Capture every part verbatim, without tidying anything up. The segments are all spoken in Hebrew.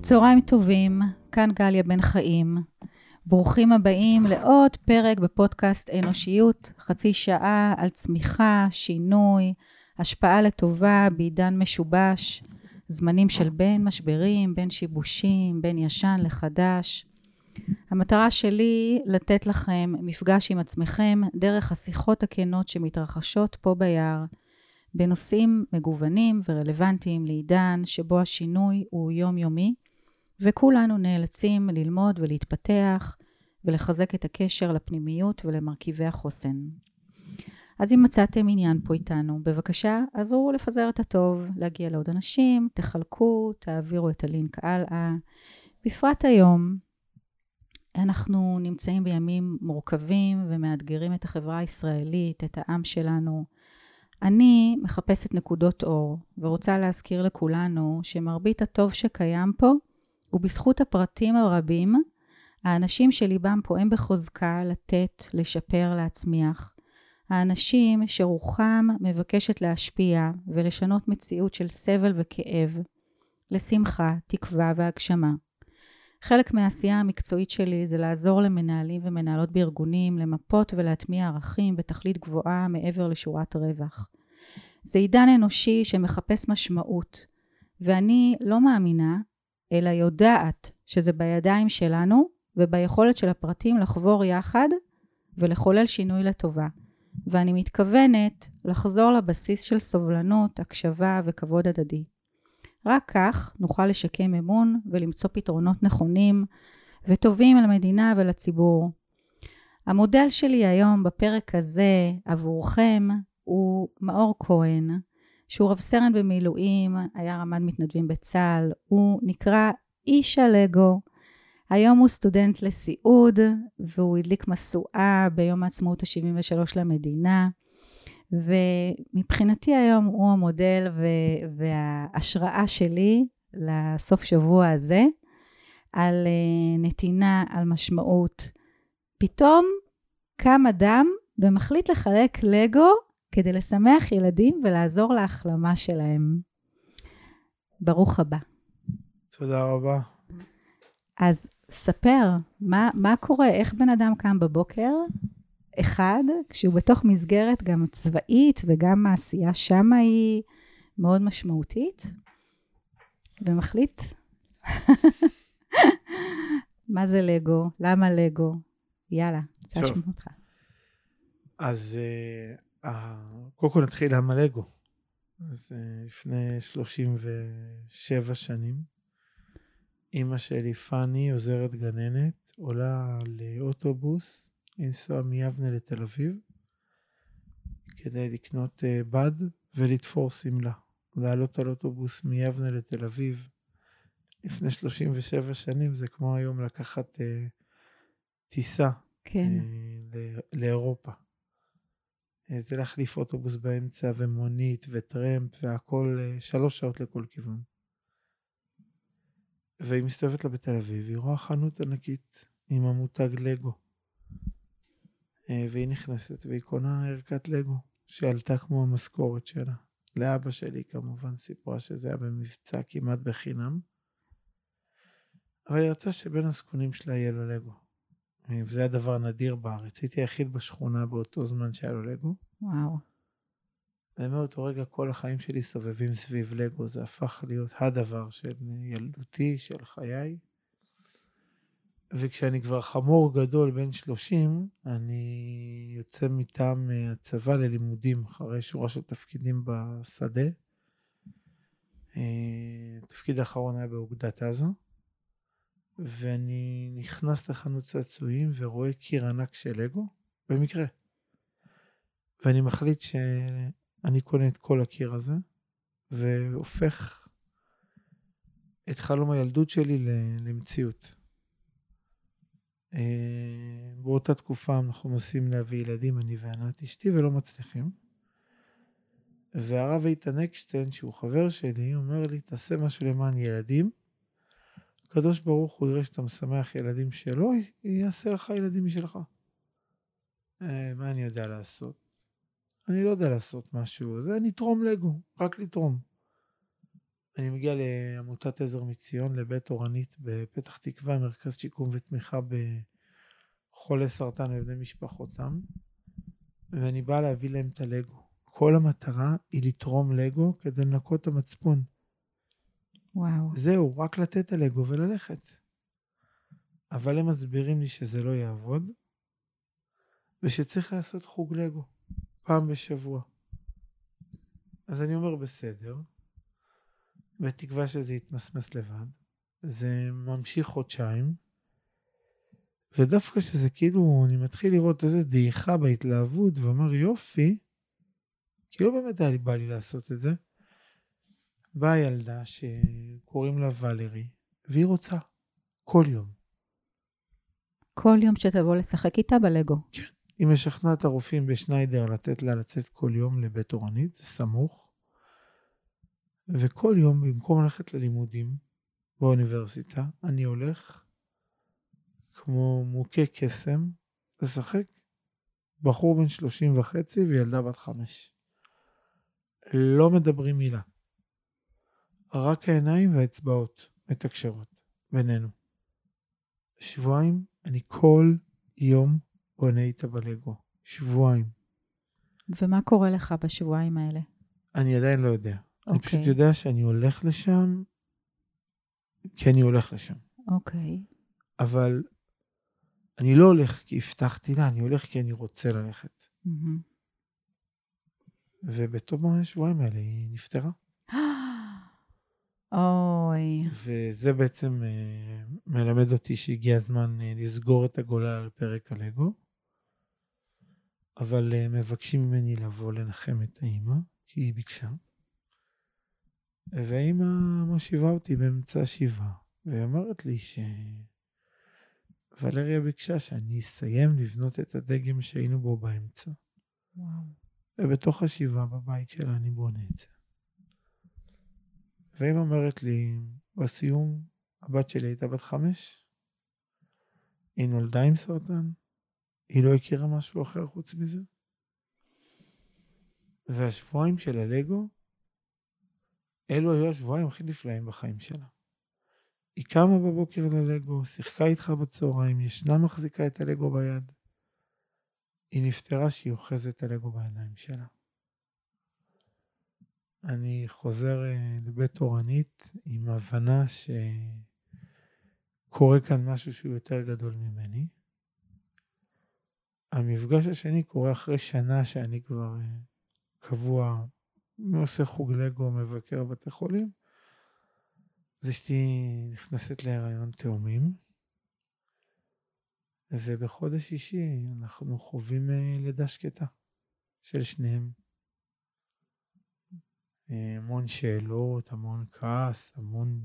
צהריים טובים, כאן גליה בן חיים. ברוכים הבאים לעוד פרק בפודקאסט אנושיות, חצי שעה על צמיחה, שינוי, השפעה לטובה בעידן משובש, זמנים של בין משברים, בין שיבושים, בין ישן לחדש. המטרה שלי לתת לכם מפגש עם עצמכם דרך השיחות הכנות שמתרחשות פה ביער, בנושאים מגוונים ורלוונטיים לעידן שבו השינוי הוא יומיומי, וכולנו נאלצים ללמוד ולהתפתח ולחזק את הקשר לפנימיות ולמרכיבי החוסן. אז אם מצאתם עניין פה איתנו, בבקשה עזרו לפזר את הטוב, להגיע לעוד אנשים, תחלקו, תעבירו את הלינק הלאה. בפרט היום, אנחנו נמצאים בימים מורכבים ומאתגרים את החברה הישראלית, את העם שלנו. אני מחפשת נקודות אור ורוצה להזכיר לכולנו שמרבית הטוב שקיים פה, ובזכות הפרטים הרבים, האנשים שליבם פועם בחוזקה לתת, לשפר, להצמיח. האנשים שרוחם מבקשת להשפיע ולשנות מציאות של סבל וכאב, לשמחה, תקווה והגשמה. חלק מהעשייה המקצועית שלי זה לעזור למנהלים ומנהלות בארגונים, למפות ולהטמיע ערכים בתכלית גבוהה מעבר לשורת רווח. זה עידן אנושי שמחפש משמעות, ואני לא מאמינה, אלא יודעת שזה בידיים שלנו וביכולת של הפרטים לחבור יחד ולחולל שינוי לטובה. ואני מתכוונת לחזור לבסיס של סובלנות, הקשבה וכבוד הדדי. רק כך נוכל לשקם אמון ולמצוא פתרונות נכונים וטובים למדינה ולציבור. המודל שלי היום בפרק הזה עבורכם הוא מאור כהן, שהוא רב סרן במילואים, היה רמ"ד מתנדבים בצה"ל, הוא נקרא איש הלגו. היום הוא סטודנט לסיעוד, והוא הדליק משואה ביום העצמאות ה-שבעים ושלוש למדינה, ומבחינתי היום הוא המודל וההשראה שלי לסוף שבוע הזה, על נתינה, על משמעות. פתאום קם אדם ומחליט לחלק לגו, כדי לשמח ילדים ולעזור להחלמה שלהם. ברוך הבא. תודה רבה. אז ספר, מה, מה קורה, איך בן אדם קם בבוקר, אחד, כשהוא בתוך מסגרת גם צבאית, וגם העשייה שמה היא מאוד משמעותית, ומחליט, מה זה לגו, למה לגו, יאללה, רוצה לשמוע אותך. אז uh, קודם כל נתחיל למה לגו. אז uh, לפני שלושים ושבע שנים, אמא שלי פני, עוזרת גננת, עולה לאוטובוס, לנסוע מיבנה לתל אביב, כדי לקנות uh, בד ולתפור סמלה. לעלות על אוטובוס מיבנה לתל אביב, לפני שלושים ושבע שנים, זה כמו היום לקחת uh, טיסה כן. uh, לאירופה. זה להחליף אוטובוס באמצע ומונית וטרמפ והכל, שלוש שעות לכל כיוון. והיא מסתובבת לה בתל אביב, היא רואה חנות ענקית עם המותג לגו. והיא נכנסת והיא קונה ערכת לגו שעלתה כמו המשכורת שלה. לאבא שלי כמובן סיפרה שזה היה במבצע כמעט בחינם. אבל היא רצה שבין הסכונים שלה יהיה לו לגו. וזה הדבר נדיר בארץ. הייתי היחיד בשכונה באותו זמן שהיה לו לגו. וואו. ומאותו רגע כל החיים שלי סובבים סביב לגו. זה הפך להיות הדבר של ילדותי, של חיי. וכשאני כבר חמור גדול בן שלושים, אני יוצא מטעם הצבא ללימודים, אחרי שורה של תפקידים בשדה. התפקיד האחרון היה באוגדת עזה. ואני נכנס לחנות צעצועים ורואה קיר ענק של לגו, במקרה. ואני מחליט שאני קונה את כל הקיר הזה, והופך את חלום הילדות שלי למציאות. באותה תקופה אנחנו מנסים להביא ילדים, אני וענת אשתי, ולא מצליחים. והרב איתן אקשטיין, שהוא חבר שלי, אומר לי, תעשה משהו למען ילדים, הקדוש ברוך הוא יראה שאתה משמח ילדים שלו, יעשה לך ילדים משלך. מה אני יודע לעשות? אני לא יודע לעשות משהו, זה נתרום לגו, רק לתרום. אני מגיע לעמותת עזר מציון, לבית אורנית בפתח תקווה, מרכז שיקום ותמיכה בחולי סרטן ובני משפחותם, ואני בא להביא להם את הלגו. כל המטרה היא לתרום לגו כדי לנקות את המצפון. וואו. זהו, רק לתת את הלגו וללכת. אבל הם מסבירים לי שזה לא יעבוד, ושצריך לעשות חוג לגו, פעם בשבוע. אז אני אומר בסדר, בתקווה שזה יתמסמס לבד. זה ממשיך חודשיים, ודווקא שזה כאילו, אני מתחיל לראות איזה דעיכה בהתלהבות, ואומר יופי, כאילו באמת היה לי בא לי לעשות את זה. באה ילדה שקוראים לה ולרי, והיא רוצה כל יום. כל יום שתבוא לשחק איתה בלגו. כן. היא משכנעת הרופאים בשניידר לתת לה לצאת כל יום לבית אורנית, זה סמוך. וכל יום, במקום ללכת ללימודים באוניברסיטה, אני הולך כמו מוכה קסם לשחק בחור בן שלושים וחצי וילדה בת חמש. לא מדברים מילה. רק העיניים והאצבעות מתקשרות בינינו. שבועיים אני כל יום בונה איתה בלגו. שבועיים. ומה קורה לך בשבועיים האלה? אני עדיין לא יודע. אוקיי. אני פשוט יודע שאני הולך לשם, כי אני הולך לשם. אוקיי. אבל אני לא הולך כי הבטחתי לה, אני הולך כי אני רוצה ללכת. Mm-hmm. ובתום השבועיים האלה היא נפטרה. אוי. וזה בעצם uh, מלמד אותי שהגיע הזמן uh, לסגור את הגולה על פרק הלגו. אבל uh, מבקשים ממני לבוא לנחם את האמא, כי היא ביקשה. והאמא מושיבה אותי באמצע השבעה, והיא אומרת לי שוולריה ביקשה שאני אסיים לבנות את הדגם שהיינו בו באמצע. וואו. ובתוך השבעה בבית שלה אני בונה את זה. והיא אומרת לי, בסיום, הבת שלי הייתה בת חמש, היא נולדה עם סרטן, היא לא הכירה משהו אחר חוץ מזה. והשבועיים של הלגו, אלו היו השבועיים הכי נפלאים בחיים שלה. היא קמה בבוקר ללגו, שיחקה איתך בצהריים, ישנה מחזיקה את הלגו ביד. היא נפטרה שהיא אוחזת את הלגו בעיניים שלה. אני חוזר לבית אורנית עם הבנה שקורה כאן משהו שהוא יותר גדול ממני. המפגש השני קורה אחרי שנה שאני כבר קבוע עושה חוג לגו, מבקר בתי חולים. אז אשתי נכנסת להיריון תאומים. ובחודש שישי אנחנו חווים לידה שקטה של שניהם. המון שאלות, המון כעס, המון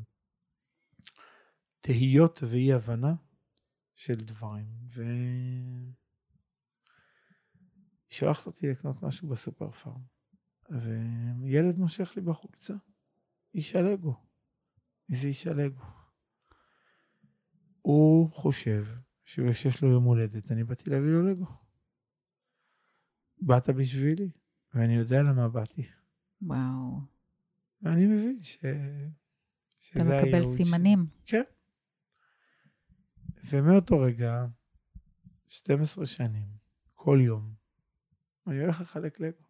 תהיות ואי הבנה של דברים. והיא שולחת אותי לקנות משהו בסופר פארם. וילד מושך לי בחולצה. איש הלגו. איזה איש הלגו. הוא חושב שיש לו יום הולדת, אני באתי להביא לו לגו. באת בשבילי, ואני יודע למה באתי. וואו. ואני מבין ש... אתה מקבל סימנים. ש... כן. ומאותו רגע, שתים עשרה שנים, כל יום, אני הולך לחלק לגו.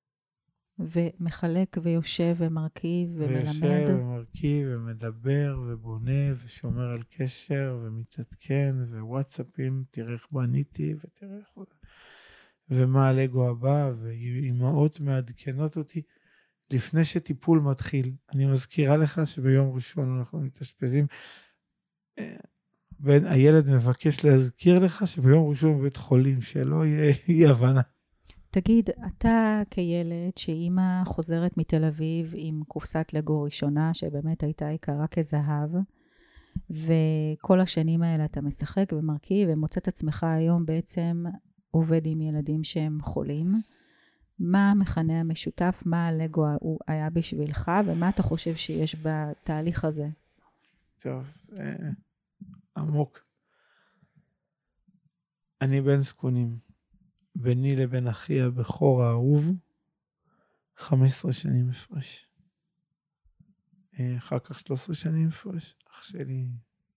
ומחלק ויושב ומרכיב ומלמד. ויושב ומרכיב ומדבר ובונה ושומר על קשר ומתעדכן ווואטסאפים, תראה איך בניתי ותראה איך... ומה הלגו הבא, ואימהות מעדכנות אותי לפני שטיפול מתחיל. אני מזכירה לך שביום ראשון אנחנו מתאשפזים. הילד מבקש להזכיר לך שביום ראשון בבית חולים, שלא יהיה אי הבנה. תגיד, אתה כילד שאימא חוזרת מתל אביב עם קופסת לגו ראשונה, שבאמת הייתה יקרה כזהב, וכל השנים האלה אתה משחק ומרכיב, ומוצא את עצמך היום בעצם עובד עם ילדים שהם חולים. מה המכנה המשותף, מה הלגו הוא היה בשבילך, ומה אתה חושב שיש בתהליך הזה? טוב, זה עמוק. אני בן זקונים. ביני לבין אחי הבכור האהוב, חמש עשרה שנים הפרש. אחר כך שלוש עשרה שנים הפרש, אח שלי,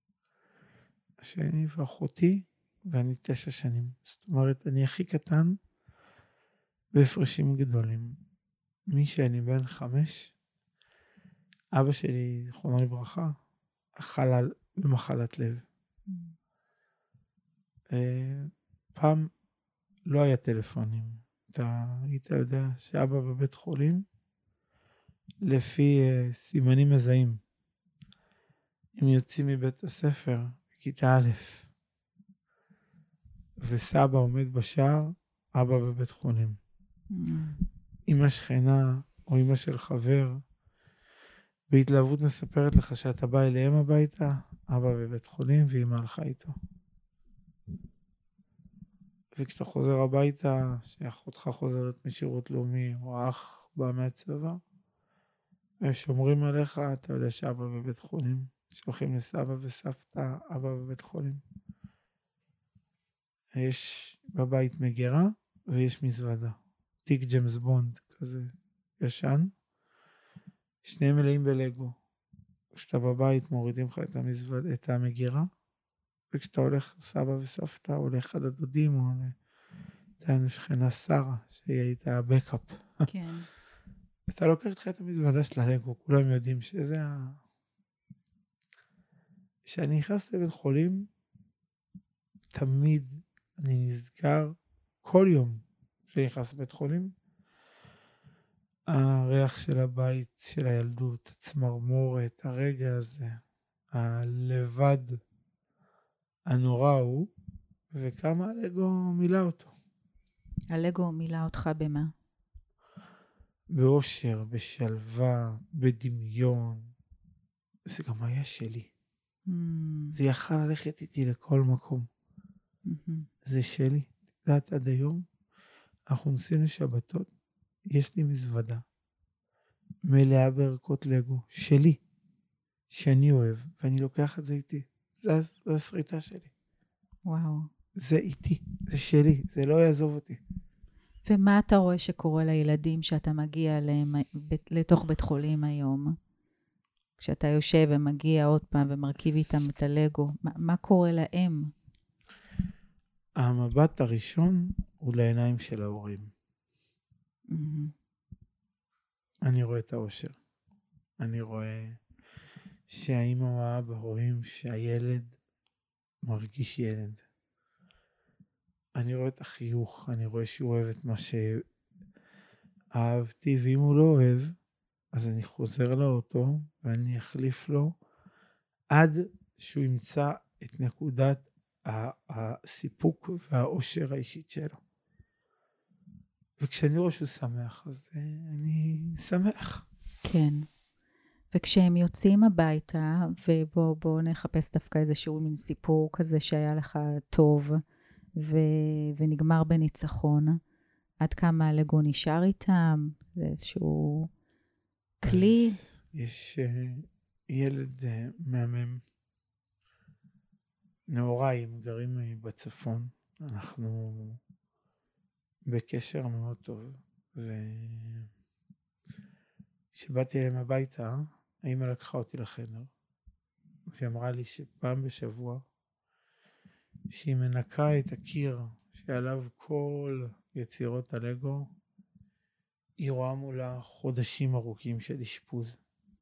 השני ואחותי, ואני תשע שנים. זאת אומרת, אני הכי קטן בהפרשים גדולים. מי שאני בן חמש, אבא שלי, זכרונו לברכה, חלל במחלת לב. Mm. פעם לא היה טלפונים. אתה היית יודע שאבא בבית חולים, לפי uh, סימנים מזהים. אם יוצאים מבית הספר, בכיתה א', וסבא עומד בשער, אבא בבית חולים. Mm. אמא שכנה או אמא של חבר, בהתלהבות מספרת לך שאתה בא אליהם הביתה, אבא בבית חולים ואמא הלכה איתו. וכשאתה חוזר הביתה, שאחותך חוזרת משירות לאומי, או אח בא מהצבא, הם שומרים עליך, אתה יודע שאבא בבית חולים, שולחים לסבא וסבתא, אבא בבית חולים. יש בבית מגירה ויש מזוודה. תיק ג'יימס בונד כזה ישן, שניהם מלאים בלגו. כשאתה בבית מורידים לך את המזווד, את המגירה, וכשאתה הולך סבא וסבתא, הולך אחד הדודים, או תהיינו שכנה שרה, שהיא הייתה בקאפ. כן. אתה לוקח איתך את המזוודה של הלגו, כולם יודעים שזה ה... כשאני נכנס לבית חולים, תמיד אני נזכר, כל יום שאני נכנס לבית חולים, הריח של הבית, של הילדות, הצמרמורת, הרגע הזה, הלבד, הנורא הוא, וכמה הלגו מילא אותו. הלגו מילא אותך במה? באושר, בשלווה, בדמיון. זה גם היה שלי. Mm. זה יכל ללכת איתי לכל מקום. Mm-hmm. זה שלי. יודעת, עד היום, אנחנו נוסעים לשבתות, יש לי מזוודה, מלאה בערכות לגו, שלי, שאני אוהב, ואני לוקח את זה איתי. זה, זה הסריטה שלי. וואו. זה איתי, זה שלי, זה לא יעזוב אותי. ומה אתה רואה שקורה לילדים שאתה מגיע אליהם, לתוך בית חולים היום? כשאתה יושב ומגיע עוד פעם ומרכיב איתם את הלגו, מה, מה קורה להם? המבט הראשון הוא לעיניים של ההורים. Mm-hmm. אני רואה את האושר. אני רואה שהאמא והאבא רואים שהילד מרגיש ילד. אני רואה את החיוך, אני רואה שהוא אוהב את מה שאהבתי, ואם הוא לא אוהב, אז אני חוזר לאוטו ואני אחליף לו עד שהוא ימצא את נקודת הסיפוק והאושר האישית שלו. וכשאני רואה שהוא שמח, אז אני שמח. כן. וכשהם יוצאים הביתה, ובוא בוא נחפש דווקא איזשהו מין סיפור כזה שהיה לך טוב, ו, ונגמר בניצחון, עד כמה הלגו נשאר איתם? זה איזשהו כלי? יש uh, ילד uh, מהמם, נעוריים, גרים בצפון, אנחנו בקשר מאוד טוב, וכשבאתי אליהם הביתה, האמא לקחה אותי לחדר, והיא אמרה לי שפעם בשבוע, שהיא מנקה את הקיר שעליו כל יצירות הלגו, היא רואה מולה חודשים ארוכים של אשפוז.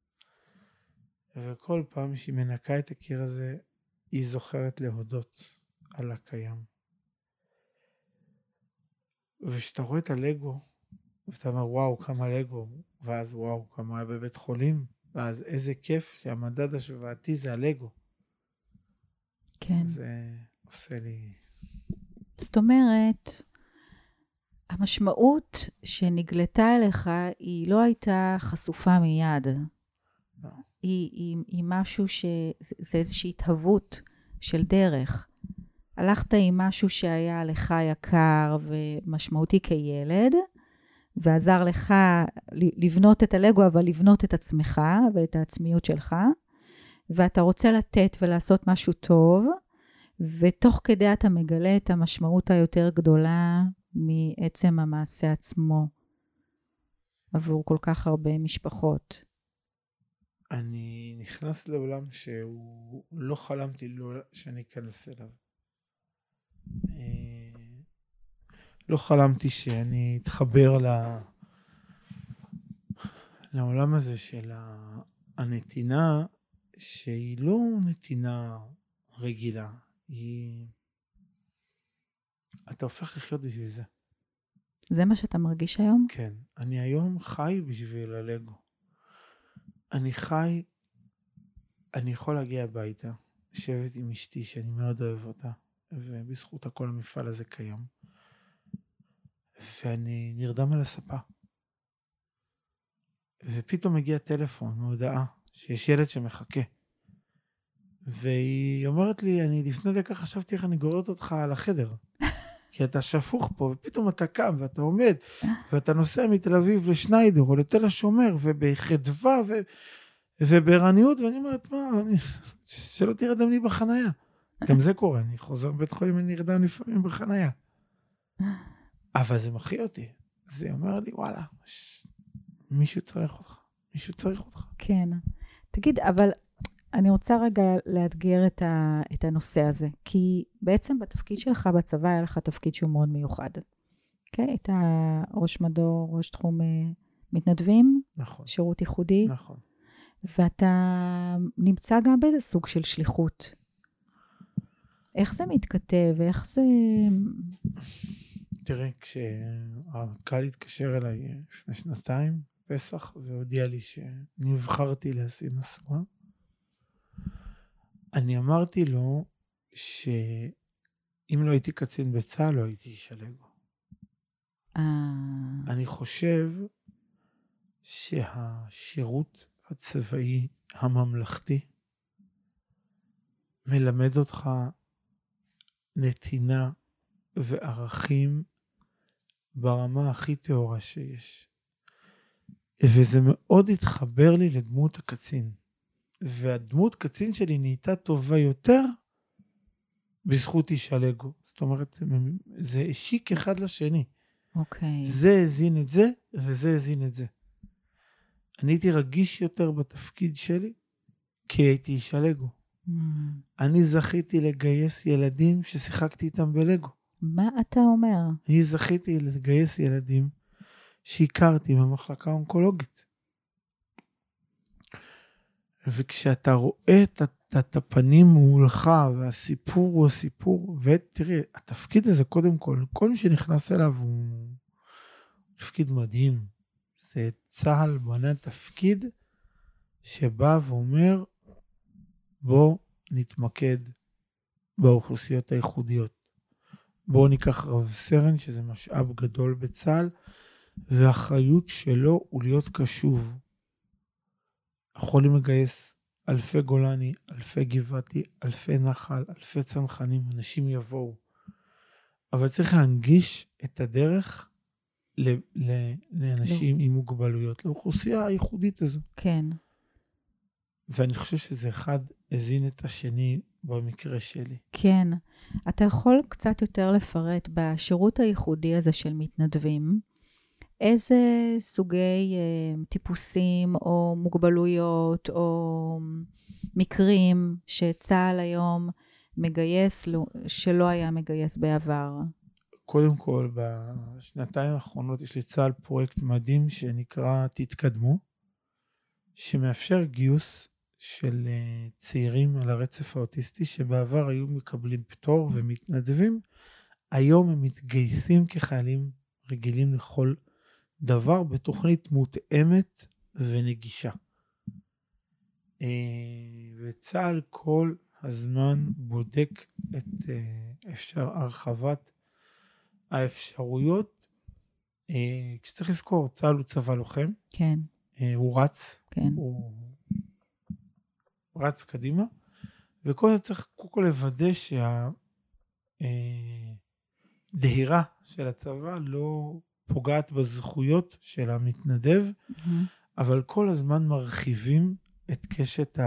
וכל פעם שהיא מנקה את הקיר הזה, היא זוכרת להודות על הקיים. ושאתה רואה את הלגו, ואתה אומר וואו כמה לגו, ואז וואו כמה היה בבית חולים, ואז איזה כיף שהמדד השוואתי זה הלגו. כן. זה עושה לי... זאת אומרת, המשמעות שנגלתה אליך היא לא הייתה חשופה מיד. לא. היא, היא, היא משהו ש... זה איזושהי התהוות של דרך. הלכת עם משהו שהיה לך יקר ומשמעותי כילד, ועזר לך לבנות את הלגו, אבל לבנות את עצמך ואת העצמיות שלך, ואתה רוצה לתת ולעשות משהו טוב, ותוך כדי אתה מגלה את המשמעות היותר גדולה מעצם המעשה עצמו, עבור כל כך הרבה משפחות. אני נכנס לעולם שהוא לא חלמתי לא שאני אכנס אליו. לא חלמתי שאני אתחבר ל... לעולם הזה של הנתינה, שהיא לא נתינה רגילה, היא... אתה הופך לחיות בשביל זה. זה מה שאתה מרגיש היום? כן. אני היום חי בשביל הלגו. אני חי, אני יכול להגיע הביתה, לשבת עם אשתי שאני מאוד אוהב אותה, ובזכות הכל המפעל הזה קיים. ואני נרדם על הספה. ופתאום מגיע טלפון, הודעה, שיש ילד שמחכה. והיא אומרת לי, אני לפני דקה חשבתי איך אני גוררת אותך על החדר. כי אתה שפוך פה, ופתאום אתה קם, ואתה עומד, ואתה נוסע מתל אביב לשניידר, או לתל השומר, ובחדווה, ו... ובערניות, ואני אומרת, מה, אני... שלא תרדם לי בחנייה. גם זה קורה, אני חוזר בבית חולים, אני נרדם לפעמים בחנייה. אבל זה מחיא אותי. זה אומר לי, וואלה, ש... מישהו צריך אותך, מישהו צריך אותך. כן. תגיד, אבל אני רוצה רגע לאתגר את, ה... את הנושא הזה, כי בעצם בתפקיד שלך בצבא היה לך תפקיד שהוא מאוד מיוחד. אוקיי? Okay? היית ראש מדור, ראש תחום מתנדבים. נכון. שירות ייחודי. נכון. ואתה נמצא גם באיזה סוג של שליחות. איך זה מתכתב? איך זה... תראה, כשהרמטכ"ל התקשר אליי לפני שנתיים, פסח, והודיע לי שנבחרתי להשיא משואה, אני אמרתי לו שאם לא הייתי קצין בצה"ל, לא הייתי איש הלגו. אני חושב שהשירות הצבאי הממלכתי מלמד אותך נתינה וערכים ברמה הכי טהורה שיש. וזה מאוד התחבר לי לדמות הקצין. והדמות קצין שלי נהייתה טובה יותר בזכות איש הלגו. זאת אומרת, זה השיק אחד לשני. אוקיי. זה הזין את זה, וזה הזין את זה. אני הייתי רגיש יותר בתפקיד שלי, כי הייתי איש הלגו. Mm. אני זכיתי לגייס ילדים ששיחקתי איתם בלגו. מה אתה אומר? אני זכיתי לגייס ילדים שהכרתי במחלקה אונקולוגית. וכשאתה רואה את, את הפנים מולך, והסיפור הוא הסיפור, ותראי, התפקיד הזה קודם כל, כל מי שנכנס אליו הוא תפקיד מדהים. זה צהל בנה תפקיד שבא ואומר, בוא נתמקד באוכלוסיות הייחודיות. בוא ניקח רב סרן, שזה משאב גדול בצהל, והאחריות שלו הוא להיות קשוב. יכולים לגייס אלפי גולני, אלפי גבעתי, אלפי נחל, אלפי צנחנים, אנשים יבואו. אבל צריך להנגיש את הדרך לאנשים עם מוגבלויות, לאוכלוסייה הייחודית הזו. כן. ואני חושב שזה אחד הזין את השני במקרה שלי. כן. אתה יכול קצת יותר לפרט בשירות הייחודי הזה של מתנדבים, איזה סוגי uh, טיפוסים או מוגבלויות או מקרים שצה"ל היום מגייס שלא היה מגייס בעבר? קודם כל, בשנתיים האחרונות יש לצה"ל פרויקט מדהים שנקרא תתקדמו, שמאפשר גיוס של uh, צעירים על הרצף האוטיסטי, שבעבר היו מקבלים פטור ומתנדבים, היום הם מתגייסים כחיילים רגילים לכל דבר בתוכנית מותאמת ונגישה. Uh, וצה"ל כל הזמן בודק את uh, אפשר הרחבת האפשרויות. Uh, כשצריך לזכור, צה"ל הוא צבא לוחם. כן. Uh, הוא רץ. כן. הוא רץ קדימה. וכל זה צריך קודם כל לוודא שהדהירה של הצבא לא פוגעת בזכויות של המתנדב, mm-hmm. אבל כל הזמן מרחיבים את קשת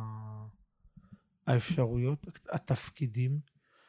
האפשרויות, התפקידים.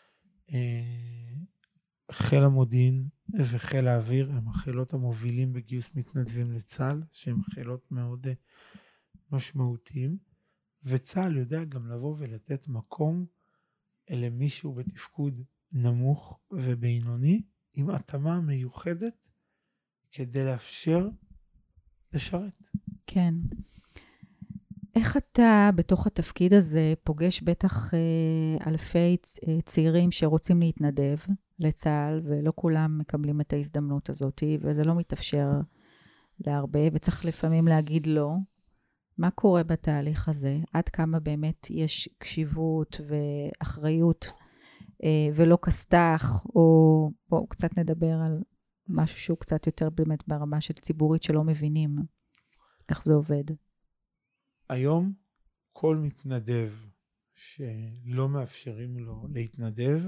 חיל המודיעין וחיל האוויר הם החילות המובילים בגיוס מתנדבים לצה"ל, שהם חילות מאוד משמעותיים, וצה"ל יודע גם לבוא ולתת מקום למישהו בתפקוד נמוך ובינוני, עם התאמה מיוחדת, כדי לאפשר לשרת. כן. איך אתה בתוך התפקיד הזה פוגש בטח אלפי צעירים שרוצים להתנדב לצה"ל, ולא כולם מקבלים את ההזדמנות הזאת, וזה לא מתאפשר להרבה, וצריך לפעמים להגיד לא. מה קורה בתהליך הזה? עד כמה באמת יש קשיבות ואחריות, ולא כסת"ח, או בואו קצת נדבר על משהו שהוא קצת יותר באמת ברמה של ציבורית שלא מבינים איך זה עובד. היום כל מתנדב שלא מאפשרים לו להתנדב,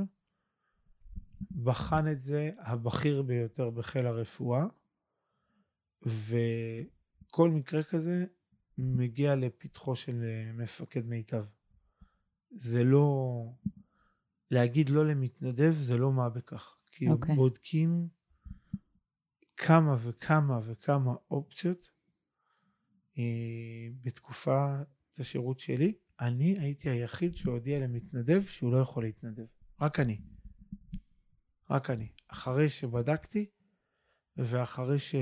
בחן את זה הבכיר ביותר בחיל הרפואה, וכל מקרה כזה מגיע לפתחו של מפקד מיטב. זה לא, להגיד לא למתנדב זה לא מה בכך, כי okay. בודקים כמה וכמה וכמה אופציות. בתקופת השירות שלי, אני הייתי היחיד שהודיע למתנדב שהוא לא יכול להתנדב. רק אני. רק אני. אחרי שבדקתי, ואחרי ש...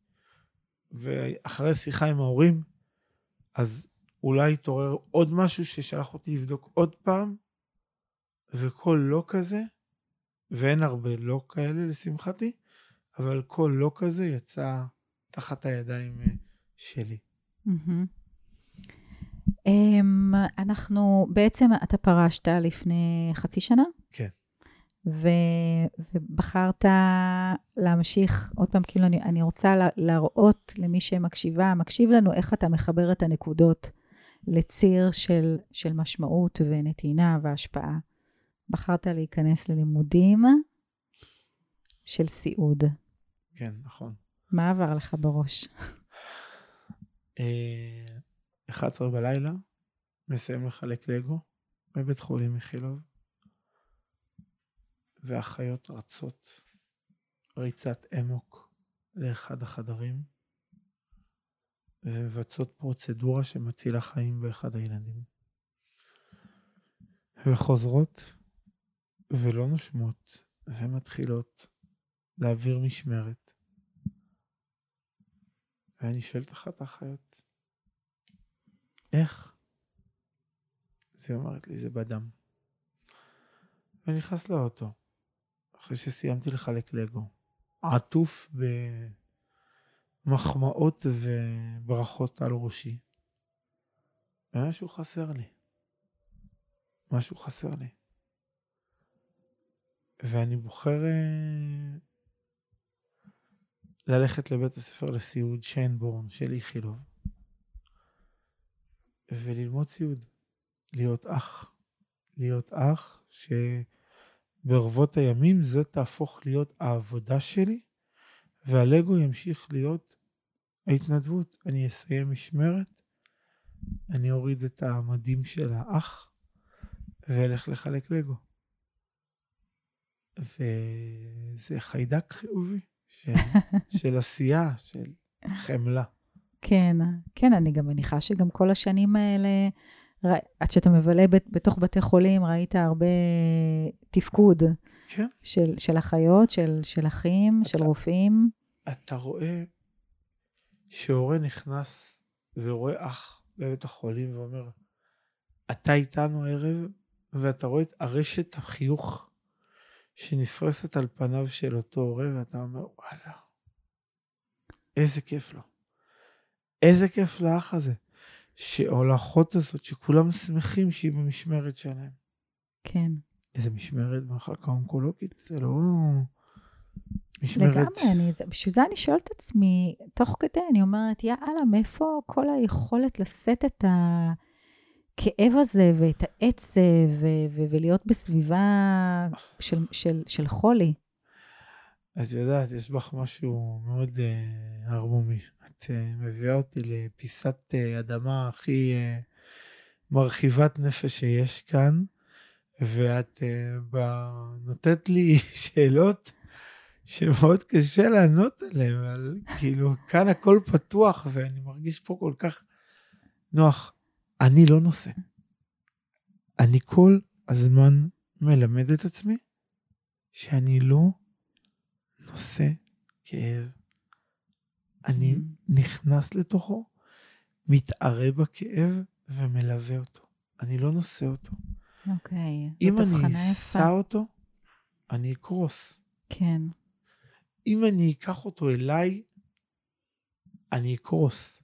ואחרי שיחה עם ההורים, אז אולי התעורר עוד משהו ששלח אותי לבדוק עוד פעם, וכל לא כזה, ואין הרבה לא כאלה לשמחתי, אבל כל לא כזה יצא תחת הידיים שלי. אנחנו, בעצם אתה פרשת לפני חצי שנה? כן. ובחרת להמשיך, עוד פעם, כאילו אני, אני רוצה להראות למי שמקשיבה, מקשיב לנו איך אתה מחבר את הנקודות לציר של, של משמעות ונתינה והשפעה. בחרת להיכנס ללימודים של סיעוד. כן, נכון. מה עבר לך בראש? אחת עשרה בלילה, מסיים לחלק לגו, בבית חולים איכילוב, והאחיות רצות ריצת אמוק לאחד החדרים, ומבצעות פרוצדורה שמצילה חיים באחד הילדים. וחוזרות ולא נושמות, ומתחילות להעביר משמרת. ואני שואלת אחת האחיות, איך? אז היא אומרת לי, זה בדם. ואני נכנס לאוטו, אחרי שסיימתי לחלק לגו, עטוף במחמאות וברכות על ראשי. ומשהו חסר לי. משהו חסר לי. ואני בוחר ללכת לבית הספר לסיעוד שיינבורן של איכילוב. וללמוד סיעוד. להיות אח. להיות אח שברבות הימים זה תהפוך להיות העבודה שלי, והלגו ימשיך להיות ההתנדבות. אני אסיים משמרת, אני אוריד את המדים של האח, ואלך לחלק לגו. וזה חיידק חיובי של, של עשייה, של חמלה. כן, כן, אני גם מניחה שגם כל השנים האלה, עד שאתה מבלה בתוך בתי חולים, ראית הרבה תפקוד. כן. של, של אחיות, של, של אחים, אתה, של רופאים. אתה רואה שהורה נכנס ורואה אח בבית החולים ואומר, אתה איתנו ערב, ואתה רואה את הרשת החיוך שנפרסת על פניו של אותו הורה, ואתה אומר, וואלה, איזה כיף לו. איזה כיף לאח הזה. או לאחות הזאת, שכולם שמחים שהיא במשמרת שלהם. כן. איזה משמרת במחלקה אונקולוגית, זה לא משמרת. לגמרי, אני, בשביל זה אני שואלת את עצמי, תוך כדי אני אומרת, יאללה, מאיפה כל היכולת לשאת את הכאב הזה, ואת העצב, ו- ו- ולהיות בסביבה של, של, של חולי? אז יודעת, יש בך משהו מאוד uh, הרמומי. את uh, מביאה אותי לפיסת uh, אדמה הכי uh, מרחיבת נפש שיש כאן, ואת uh, נותנת לי שאלות שמאוד קשה לענות עליהן, אבל כאילו כאן הכל פתוח, ואני מרגיש פה כל כך נוח, אני לא נושא. אני כל הזמן מלמד את עצמי שאני לא נושא כאב. אני נכנס לתוכו, מתערה בכאב ומלווה אותו. אני לא נושא אותו. אוקיי. אם אני אשא אותו, אני אקרוס. כן. אם אני אקח אותו אליי, אני אקרוס.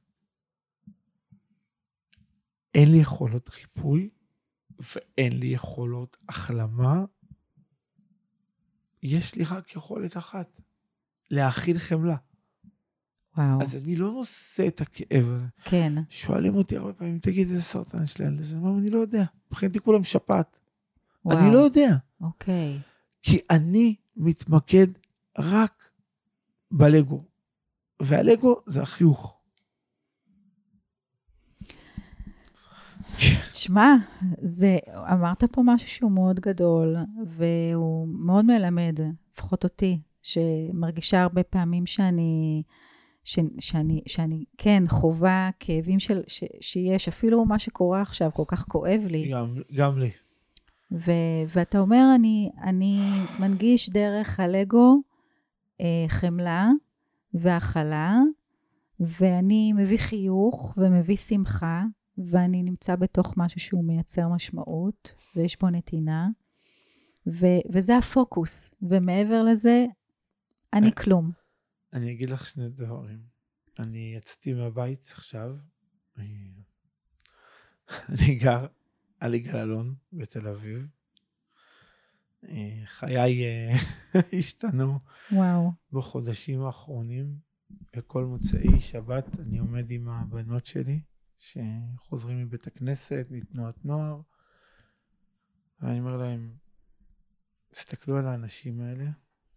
אין לי יכולות חיפוי, ואין לי יכולות החלמה. יש לי רק יכולת אחת, להאכיל חמלה. וואו. אז אני לא נושא את הכאב הזה. כן. שואלים אותי הרבה פעמים, תגיד איזה סרטן שלי על זה, מה, אני לא יודע. מבחינתי כולם שפעת. וואו. אני לא יודע. אוקיי. כי אני מתמקד רק בלגו. והלגו זה החיוך. תשמע, זה, אמרת פה משהו שהוא מאוד גדול, והוא מאוד מלמד, לפחות אותי, שמרגישה הרבה פעמים שאני, ש, שאני, שאני כן, חובה כאבים של, ש, שיש, אפילו מה שקורה עכשיו כל כך כואב לי. גם, גם לי. ו, ואתה אומר, אני, אני מנגיש דרך הלגו אה, חמלה והכלה, ואני מביא חיוך ומביא שמחה, ואני נמצא בתוך משהו שהוא מייצר משמעות, ויש בו נתינה, ו- וזה הפוקוס, ומעבר לזה, אני כלום. אני אגיד לך שני דברים. אני יצאתי מהבית עכשיו, אני גר על יגאל אלון בתל אביב, חיי השתנו וואו. בחודשים האחרונים, בכל מוצאי שבת אני עומד עם הבנות שלי, שחוזרים מבית הכנסת, מתנועת נוער, ואני אומר להם, תסתכלו על האנשים האלה,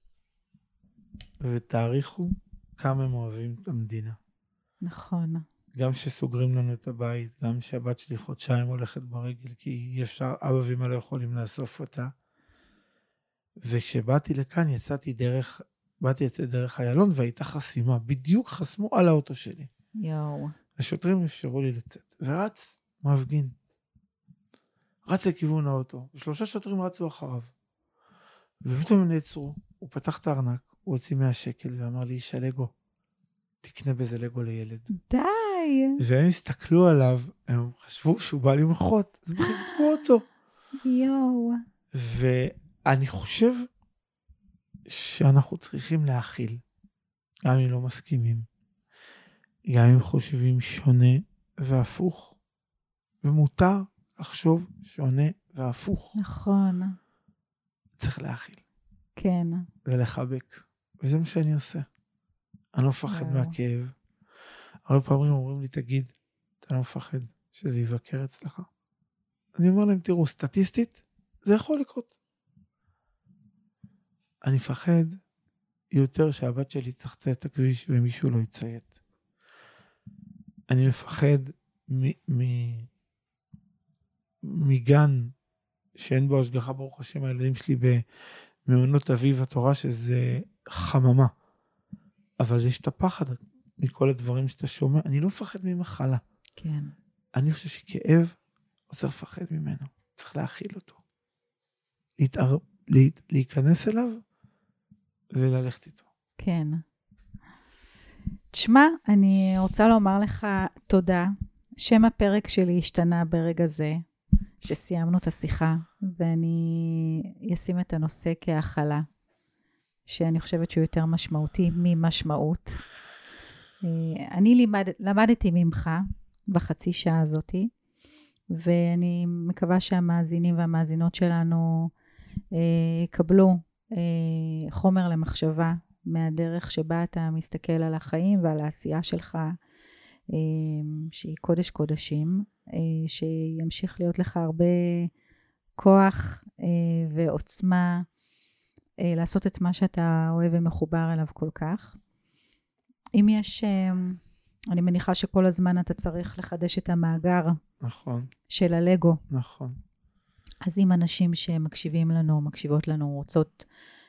ותעריכו כמה הם אוהבים את המדינה. נכון. גם שסוגרים לנו את הבית, גם שהבת שלי חודשיים הולכת ברגל, כי אי אפשר, אבא ואמא לא יכולים לאסוף אותה. וכשבאתי לכאן, יצאתי דרך, באתי יצא דרך איילון, והייתה חסימה, בדיוק חסמו על האוטו שלי. יואו. השוטרים אפשרו לי לצאת, ורץ מפגין. רץ לכיוון האוטו, ושלושה שוטרים רצו אחריו. ופתאום הם נעצרו, הוא פתח את הארנק, הוא הוציא מאה שקל, ואמר לי, איש הלגו, תקנה בזה לגו לילד. די. והם הסתכלו עליו, הם חשבו שהוא בא למחות, אז הם חיבקו אותו. יואו. ואני חושב שאנחנו צריכים להכיל, גם אם לא מסכימים, גם אם חושבים שונה והפוך, ומותר לחשוב שונה והפוך. נכון. צריך להכיל. כן. ולחבק. וזה מה שאני עושה. אני לא מפחד מהכאב. הרבה פעמים אומרים לי, תגיד, אתה לא מפחד שזה יבקר אצלך? אני אומר להם, תראו, סטטיסטית, זה יכול לקרות. אני מפחד יותר שהבת שלי תחצה את הכביש ומישהו לא יציית. אני מפחד מ- מ- מגן שאין בו השגחה, ברוך השם, הילדים שלי במעונות אביב התורה, שזה חממה. אבל יש את הפחד מכל הדברים שאתה שומע. אני לא מפחד ממחלה. כן. אני חושב שכאב, לא צריך לפחד ממנו. צריך להכיל אותו. להתער... לה... להיכנס אליו וללכת איתו. כן. תשמע, אני רוצה לומר לך תודה. שם הפרק שלי השתנה ברגע זה, שסיימנו את השיחה, ואני אשים את הנושא כהכלה, שאני חושבת שהוא יותר משמעותי ממשמעות. אני לימד, למדתי ממך בחצי שעה הזאת, ואני מקווה שהמאזינים והמאזינות שלנו יקבלו חומר למחשבה מהדרך שבה אתה מסתכל על החיים ועל העשייה שלך, שהיא קודש קודשים, שימשיך להיות לך הרבה כוח ועוצמה לעשות את מה שאתה אוהב ומחובר אליו כל כך. אם יש, אני מניחה שכל הזמן אתה צריך לחדש את המאגר נכון. של הלגו. נכון. אז אם אנשים שמקשיבים לנו, מקשיבות לנו, רוצות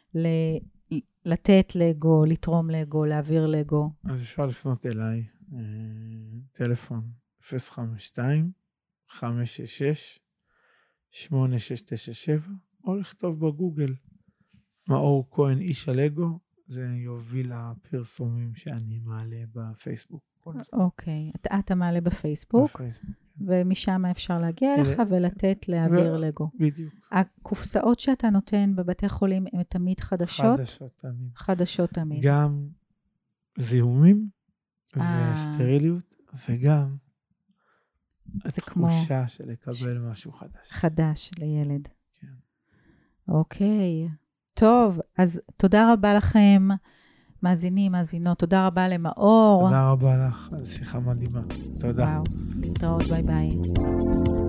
לתת לגו, לתרום לגו, להעביר לגו. אז אפשר לפנות אליי, טלפון, אפס חמש שתיים חמש שש שש שמונה שש תשע שבע, או לכתוב בגוגל מאור כהן איש הלגו, זה יוביל לפרסומים שאני מעלה בפייסבוק. אוקיי, אתה, אתה מעלה בפייסבוק, בפייסבוק. ומשם אפשר להגיע אליך ולתת להעביר ו... לגו. בדיוק. הקופסאות שאתה נותן בבתי חולים הן תמיד חדשות? חדשות תמיד. חדשות תמיד. גם זיהומים אה. וסטריליות, וגם זה כמו התחושה של לקבל משהו חדש. חדש לילד. כן. אוקיי. טוב, אז תודה רבה לכם, מאזינים, מאזינות. תודה רבה למאור. תודה רבה לך על שיחה מדהימה. תודה. וואו, להתראות, ביי ביי.